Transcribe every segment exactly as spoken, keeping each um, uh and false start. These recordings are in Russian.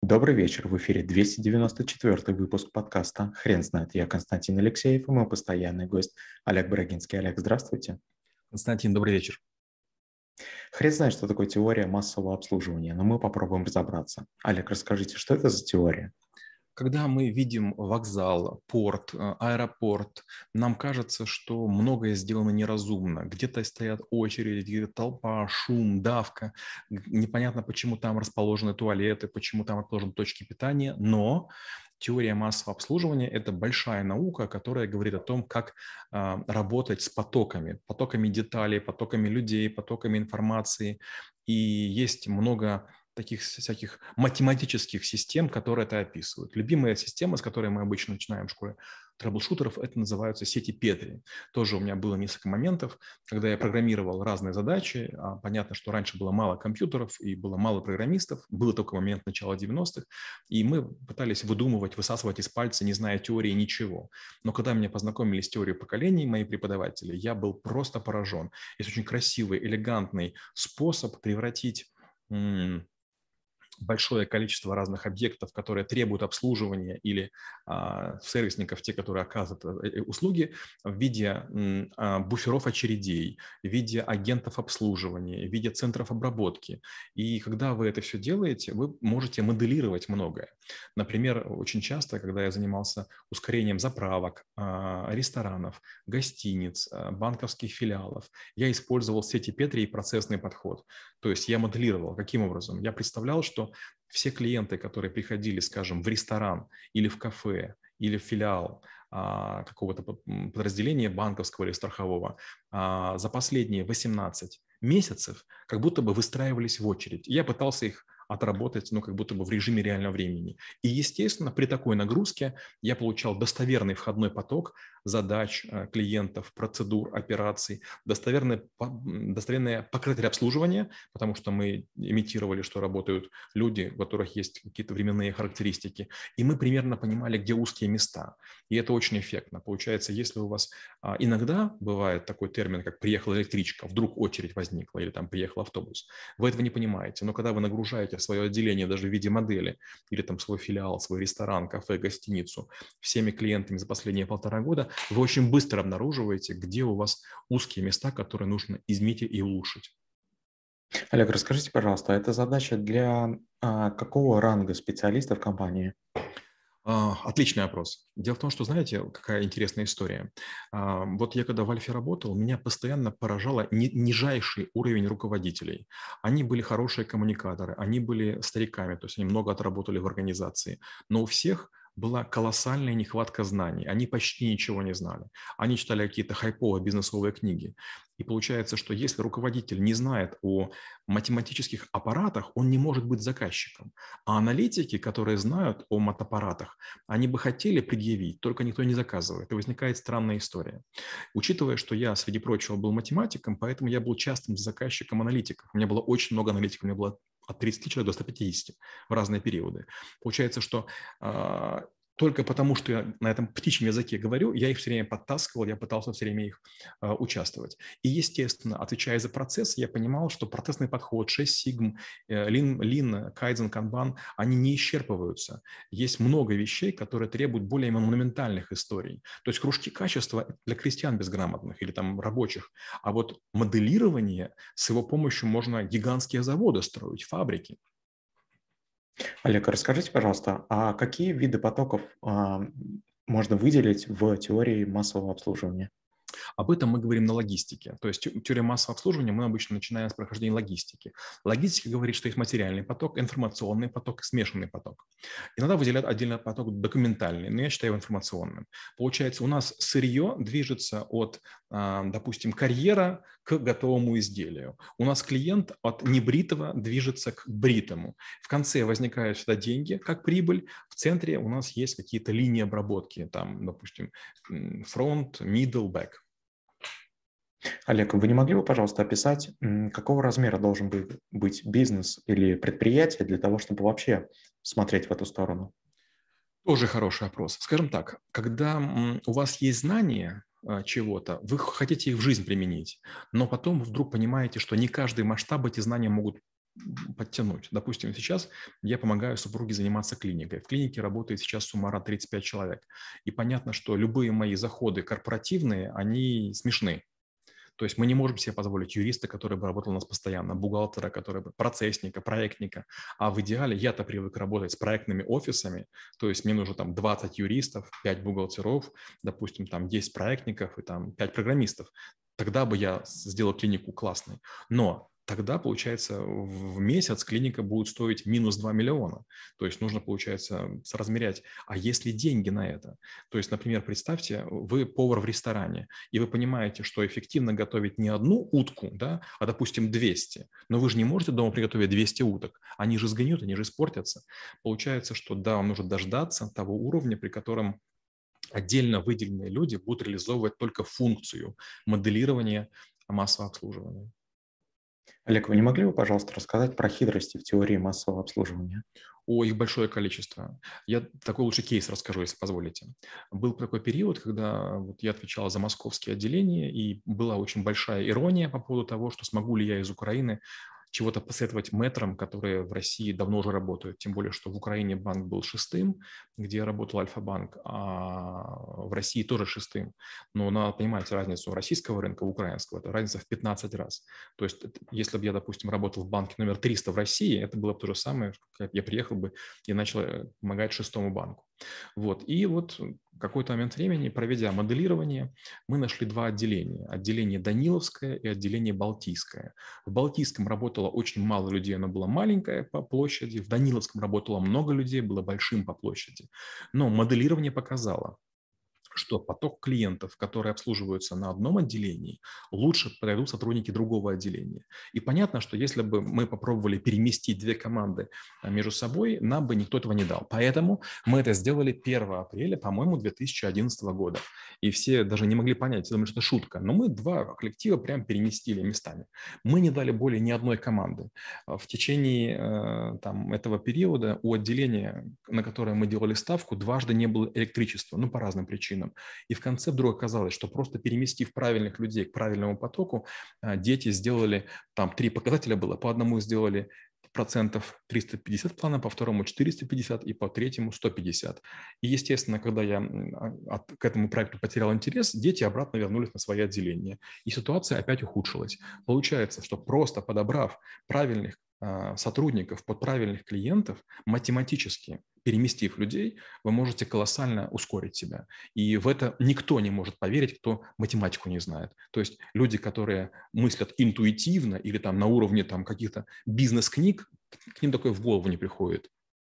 Добрый вечер, в эфире двести девяносто четвёртый выпуск подкаста «Хрен знает». Я Константин Алексеев и мой постоянный гость Олег Брагинский. Олег, здравствуйте. Константин, добрый вечер. Хрен знает, что такое теория массового обслуживания, но мы попробуем разобраться. Олег, расскажите, что это за теория? Когда мы видим вокзал, порт, э, аэропорт, нам кажется, что многое сделано неразумно. Где-то стоят очереди, где-то толпа, шум, давка. Г- Непонятно, почему там расположены туалеты, почему там расположены точки питания, но теория массового обслуживания – это большая наука, которая говорит о том, как а, работать с потоками, потоками деталей, потоками людей, потоками информации. И есть много таких всяких математических систем, которые это описывают. Любимая система, с которой мы обычно начинаем в школе трэблшутеров, это называются сети Петри. Тоже у меня было несколько моментов, когда я программировал разные задачи. А понятно, что раньше было мало компьютеров и было мало программистов. Был только момент начала девяностых. И мы пытались выдумывать, высасывать из пальца, не зная теории ничего. Но когда меня познакомили с теорией поколений, мои преподаватели, я был просто поражен. Есть очень красивый, элегантный способ превратить большое количество разных объектов, которые требуют обслуживания, или а, сервисников, те, которые оказывают э, услуги, в виде а, буферов очередей, в виде агентов обслуживания, в виде центров обработки. И когда вы это все делаете, вы можете моделировать многое. Например, очень часто, когда я занимался ускорением заправок, а, ресторанов, гостиниц, а, банковских филиалов, я использовал сети Петри и процессный подход. То есть я моделировал. Каким образом? Я представлял, что все клиенты, которые приходили, скажем, в ресторан или в кафе, или в филиал а, какого-то подразделения банковского или страхового, а, за последние восемнадцать месяцев как будто бы выстраивались в очередь. Я пытался их отработать, ну, как будто бы в режиме реального времени. И, естественно, при такой нагрузке я получал достоверный входной поток задач, клиентов, процедур, операций, достоверное, достоверное покрытие обслуживания, потому что мы имитировали, что работают люди, у которых есть какие-то временные характеристики, и мы примерно понимали, где узкие места. И это очень эффектно. Получается, если у вас иногда бывает такой термин, как «приехала электричка», вдруг очередь возникла, или там «приехал автобус», вы этого не понимаете. Но когда вы нагружаете свое отделение даже в виде модели, или там свой филиал, свой ресторан, кафе, гостиницу всеми клиентами за последние полтора года, вы очень быстро обнаруживаете, где у вас узкие места, которые нужно изменить и улучшить. Олег, расскажите, пожалуйста, это задача для а, какого ранга специалистов в компании? Отличный вопрос. Дело в том, что, знаете, какая интересная история. Вот я когда в Альфе работал, меня постоянно поражало нижайший уровень руководителей. Они были хорошие коммуникаторы, они были стариками, то есть они много отработали в организации, но у всех была колоссальная нехватка знаний. Они почти ничего не знали. Они читали какие-то хайповые бизнесовые книги. И получается, что если руководитель не знает о математических аппаратах, он не может быть заказчиком. А аналитики, которые знают о матаппаратах, они бы хотели предъявить, только никто не заказывает. И возникает странная история. Учитывая, что я, среди прочего, был математиком, поэтому я был частым заказчиком аналитиков. У меня было очень много аналитиков, у меня было от тридцати человек до ста пятидесяти в разные периоды. Получается, что э, только потому, что я на этом птичьем языке говорю, я их все время подтаскивал, я пытался все время их э, участвовать. И, естественно, отвечая за процесс, я понимал, что процессный подход, шесть сигм, Lean, Lean, Kaizen, Kanban, они не исчерпываются. Есть много вещей, которые требуют более монументальных историй. То есть кружки качества для крестьян безграмотных или там рабочих. А вот моделирование, с его помощью можно гигантские заводы строить, фабрики. Олег, расскажите, пожалуйста, а какие виды потоков а, можно выделить в теории массового обслуживания? Об этом мы говорим на логистике. То есть теория массового обслуживания мы обычно начинаем с прохождения логистики. Логистика говорит, что есть материальный поток, информационный поток и смешанный поток. Иногда выделяют отдельно поток документальный, но я считаю его информационным. Получается, у нас сырье движется от, допустим, карьера к готовому изделию. У нас клиент от небритого движется к бритому. В конце возникают всегда деньги, как прибыль. В центре у нас есть какие-то линии обработки, там, допустим, front, middle, back. Олег, вы не могли бы, пожалуйста, описать, какого размера должен быть бизнес или предприятие для того, чтобы вообще смотреть в эту сторону? Тоже хороший вопрос. Скажем так, когда у вас есть знания чего-то, вы хотите их в жизнь применить, но потом вы вдруг понимаете, что не каждый масштаб эти знания могут подтянуть. Допустим, сейчас я помогаю супруге заниматься клиникой. В клинике работает сейчас суммарно тридцать пять человек. И понятно, что любые мои заходы корпоративные, они смешны. То есть мы не можем себе позволить юриста, который бы работал у нас постоянно, бухгалтера, который бы процессника, проектника. А в идеале я-то привык работать с проектными офисами, то есть мне нужно там двадцать юристов, пять бухгалтеров, допустим, там десять проектников и там пять программистов. Тогда бы я сделал клинику классной. Но тогда, получается, в месяц клиника будет стоить минус два миллиона. То есть нужно, получается, соразмерять, а есть ли деньги на это? То есть, например, представьте, вы повар в ресторане, и вы понимаете, что эффективно готовить не одну утку, да, а, допустим, двести. Но вы же не можете дома приготовить двести уток. Они же сгниют, они же испортятся. Получается, что да, вам нужно дождаться того уровня, при котором отдельно выделенные люди будут реализовывать только функцию моделирования массового обслуживания. Олег, вы не могли бы, пожалуйста, рассказать про хитрости в теории массового обслуживания? О, их большое количество. Я такой лучше кейс расскажу, если позволите. Был такой период, когда вот я отвечал за московские отделения, и была очень большая ирония по поводу того, что смогу ли я из Украины чего-то посоветовать мэтрам, которые в России давно уже работают. Тем более, что в Украине банк был шестым, где я работал, Альфа-банк, а в России тоже шестым. Но надо понимать разницу российского рынка и украинского. Это разница в пятнадцать раз. То есть если бы я, допустим, работал в банке номер триста в России, это было бы то же самое, как я приехал бы и начал помогать шестому банку. Вот. И вот в какой-то момент времени, проведя моделирование, мы нашли два отделения. Отделение Даниловское и отделение Балтийское. В Балтийском работало очень мало людей, оно было маленькое по площади. В Даниловском работало много людей, было большим по площади. Но моделирование показало, что поток клиентов, которые обслуживаются на одном отделении, лучше подойдут сотрудники другого отделения. И понятно, что если бы мы попробовали переместить две команды между собой, нам бы никто этого не дал. Поэтому мы это сделали первого апреля, по-моему, две тысячи одиннадцатого года. И все даже не могли понять, думали, что это шутка. Но мы два коллектива прям переместили местами. Мы не дали более ни одной команды. В течение там, этого периода у отделения, на которое мы делали ставку, дважды не было электричества, ну, по разным причинам. И в конце вдруг оказалось, что просто переместив правильных людей к правильному потоку, дети сделали, там три показателя было, по одному сделали процентов триста пятьдесят плана, по второму четыреста пятьдесят и по третьему сто пятьдесят. И, естественно, когда я от, к этому проекту потерял интерес, дети обратно вернулись на свои отделения. И ситуация опять ухудшилась. Получается, что просто подобрав правильных сотрудников под правильных клиентов, математически переместив людей, вы можете колоссально ускорить себя. И в это никто не может поверить, кто математику не знает. То есть люди, которые мыслят интуитивно или там на уровне там, каких-то бизнес-книг, к ним такое в голову не приходит.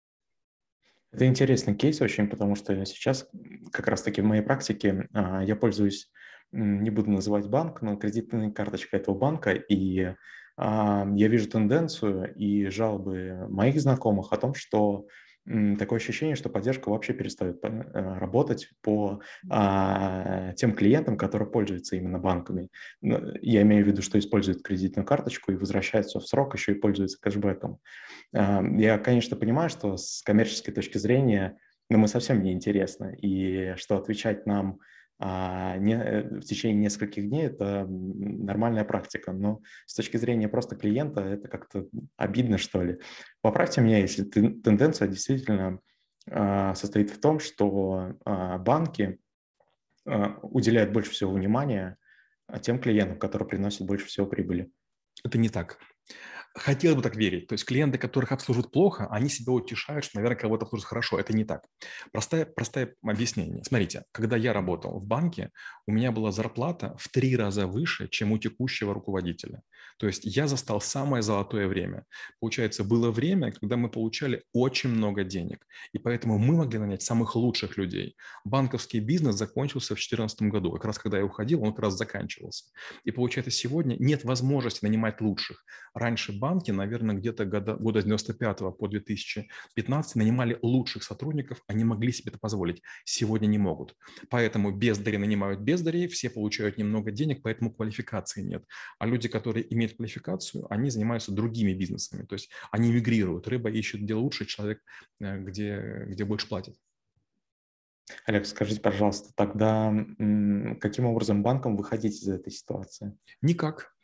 Это интересный кейс очень, потому что сейчас как раз-таки в моей практике я пользуюсь, не буду называть банк, но кредитной карточкой этого банка, и я вижу тенденцию и жалобы моих знакомых о том, что такое ощущение, что поддержка вообще перестает работать по а, тем клиентам, которые пользуются именно банками. Я имею в виду, что используют кредитную карточку и возвращаются в срок, еще и пользуются кэшбэком. Я, конечно, понимаю, что с коммерческой точки зрения ну, мы совсем не интересны, и что отвечать нам а, не, в течение нескольких дней – это нормальная практика, но с точки зрения просто клиента это как-то обидно, что ли. Поправьте меня, если тенденция действительно а, состоит в том, что а, банки а, уделяют больше всего внимания тем клиентам, которые приносят больше всего прибыли. Это не так. Хотел бы так верить. То есть клиенты, которых обслуживают плохо, они себя утешают, что, наверное, кого-то обслуживают хорошо. Это не так. Простое, простое объяснение. Смотрите, когда я работал в банке, у меня была зарплата в три раза выше, чем у текущего руководителя. То есть я застал самое золотое время. Получается, было время, когда мы получали очень много денег. И поэтому мы могли нанять самых лучших людей. Банковский бизнес закончился в две тысячи четырнадцатом году. Как раз когда я уходил, он как раз заканчивался. И получается, сегодня нет возможности нанимать лучших. Раньше банки, наверное, где-то года, года с девяносто пятого по две тысячи пятнадцатый нанимали лучших сотрудников, они могли себе это позволить. Сегодня не могут. Поэтому бездари нанимают бездарей, все получают немного денег, поэтому квалификации нет. А люди, которые имеют квалификацию, они занимаются другими бизнесами. То есть они мигрируют. Рыба ищет, где лучше, человек, где, где больше платит. Олег, скажите, пожалуйста, тогда каким образом банкам выходить из этой ситуации? Никак.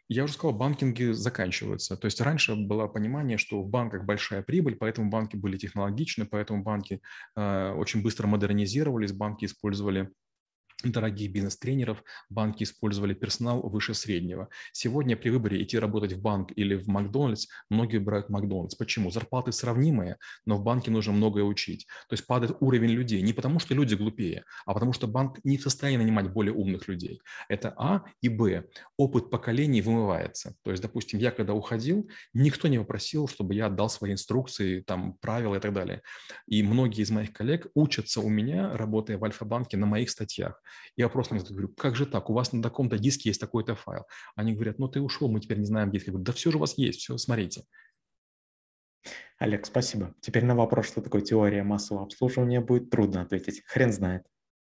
Я уже сказал, банкинги заканчиваются. То есть раньше было понимание, что в банках большая прибыль, поэтому банки были технологичны, поэтому банки э, очень быстро модернизировались, банки использовали дорогих бизнес-тренеров, банки использовали персонал выше среднего. Сегодня при выборе идти работать в банк или в Макдональдс, многие выбирают Макдональдс. Почему? Зарплаты сравнимые, но в банке нужно многое учить. То есть падает уровень людей не потому, что люди глупее, а потому что банк не в состоянии нанимать более умных людей. Это А, и Б. Опыт поколений вымывается. То есть, допустим, я когда уходил, никто не попросил, чтобы я отдал свои инструкции, там, правила и так далее. И многие из моих коллег учатся у меня, работая в Альфа-банке, на моих статьях. Я просто им говорю, как же так, у вас на таком-то диске есть такой-то файл. Они говорят, ну ты ушел, мы теперь не знаем диск. Я говорю, да все же у вас есть, все, смотрите. Олег, спасибо. Теперь на вопрос, что такое теория массового обслуживания, будет трудно ответить. Хрен знает.